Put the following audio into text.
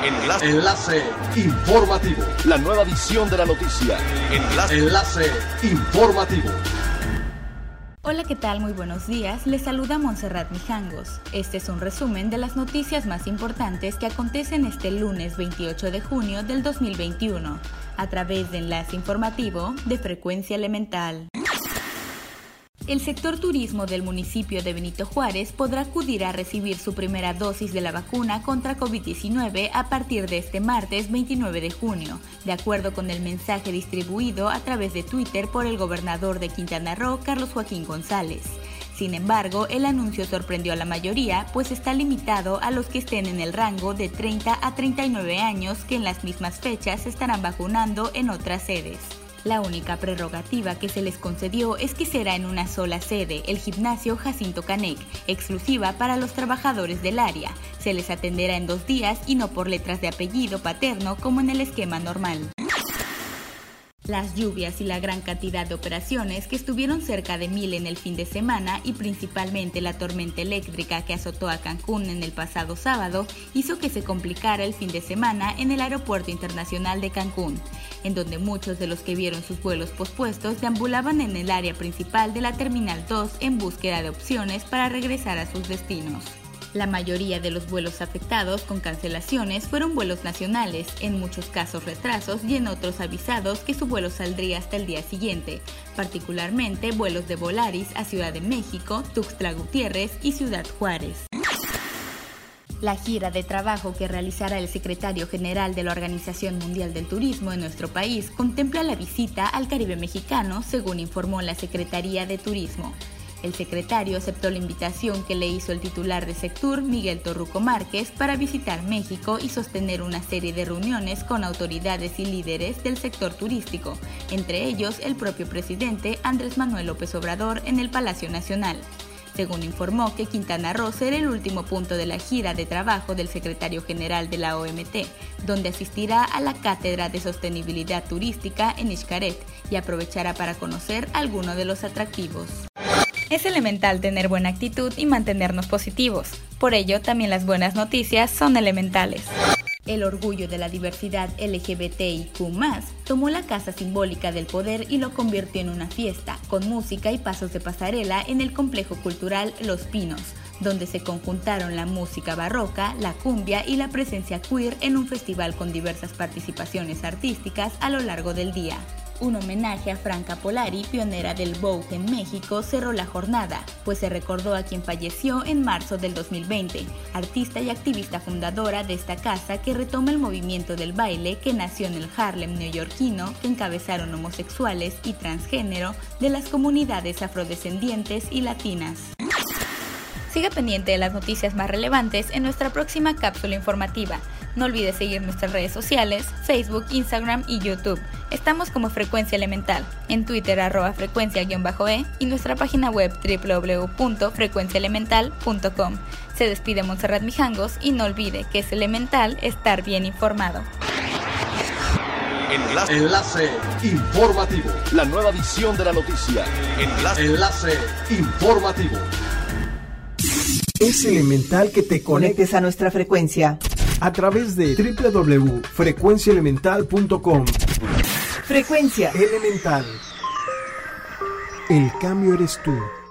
Enlace informativo. La nueva edición de la noticia. Enlace informativo. Hola, ¿qué tal? Muy buenos días. Les saluda Montserrat Mijangos. Este es un resumen de las noticias más importantes que acontecen este lunes 28 de junio del 2021, a través de Enlace Informativo de Frecuencia Elemental. El sector turismo del municipio de Benito Juárez podrá acudir a recibir su primera dosis de la vacuna contra COVID-19 a partir de este martes 29 de junio, de acuerdo con el mensaje distribuido a través de Twitter por el gobernador de Quintana Roo, Carlos Joaquín González. Sin embargo, el anuncio sorprendió a la mayoría, pues está limitado a los que estén en el rango de 30 a 39 años que en las mismas fechas se estarán vacunando en otras sedes. La única prerrogativa que se les concedió es que será en una sola sede, el gimnasio Jacinto Canec, exclusiva para los trabajadores del área. Se les atenderá en 2 días y no por letras de apellido paterno como en el esquema normal. Las lluvias y la gran cantidad de operaciones que estuvieron cerca de 1000 en el fin de semana y principalmente la tormenta eléctrica que azotó a Cancún en el pasado sábado hizo que se complicara el fin de semana en el Aeropuerto Internacional de Cancún, en donde muchos de los que vieron sus vuelos pospuestos deambulaban en el área principal de la Terminal 2 en búsqueda de opciones para regresar a sus destinos. La mayoría de los vuelos afectados con cancelaciones fueron vuelos nacionales, en muchos casos retrasos y en otros avisados que su vuelo saldría hasta el día siguiente, particularmente vuelos de Volaris a Ciudad de México, Tuxtla Gutiérrez y Ciudad Juárez. La gira de trabajo que realizará el secretario general de la Organización Mundial del Turismo en nuestro país contempla la visita al Caribe mexicano, según informó la Secretaría de Turismo. El secretario aceptó la invitación que le hizo el titular de Sectur, Miguel Torruco Márquez, para visitar México y sostener una serie de reuniones con autoridades y líderes del sector turístico, entre ellos el propio presidente Andrés Manuel López Obrador en el Palacio Nacional. Según informó que Quintana Roo será el último punto de la gira de trabajo del secretario general de la OMT, donde asistirá a la Cátedra de Sostenibilidad Turística en Xcaret y aprovechará para conocer algunos de los atractivos. Es elemental tener buena actitud y mantenernos positivos. Por ello, también las buenas noticias son elementales. El orgullo de la diversidad LGBTIQ+, tomó la Casa Simbólica del Poder y lo convirtió en una fiesta, con música y pasos de pasarela en el complejo cultural Los Pinos, donde se conjuntaron la música barroca, la cumbia y la presencia queer en un festival con diversas participaciones artísticas a lo largo del día. Un homenaje a Franca Polari, pionera del Vogue en México, cerró la jornada, pues se recordó a quien falleció en marzo del 2020, artista y activista fundadora de esta casa que retoma el movimiento del baile que nació en el Harlem neoyorquino, que encabezaron homosexuales y transgénero de las comunidades afrodescendientes y latinas. Siga pendiente de las noticias más relevantes en nuestra próxima cápsula informativa. No olvides seguir nuestras redes sociales, Facebook, Instagram y YouTube. Estamos como Frecuencia Elemental, en Twitter @frecuencia_e y nuestra página web www.frecuenciaelemental.com. Se despide Montserrat Mijangos y no olvide que es elemental estar bien informado. Enlace informativo. La nueva edición de la noticia. Enlace informativo. Es elemental que te conectes a nuestra frecuencia a través de www.frecuenciaelemental.com. Frecuencia Elemental. El cambio eres tú.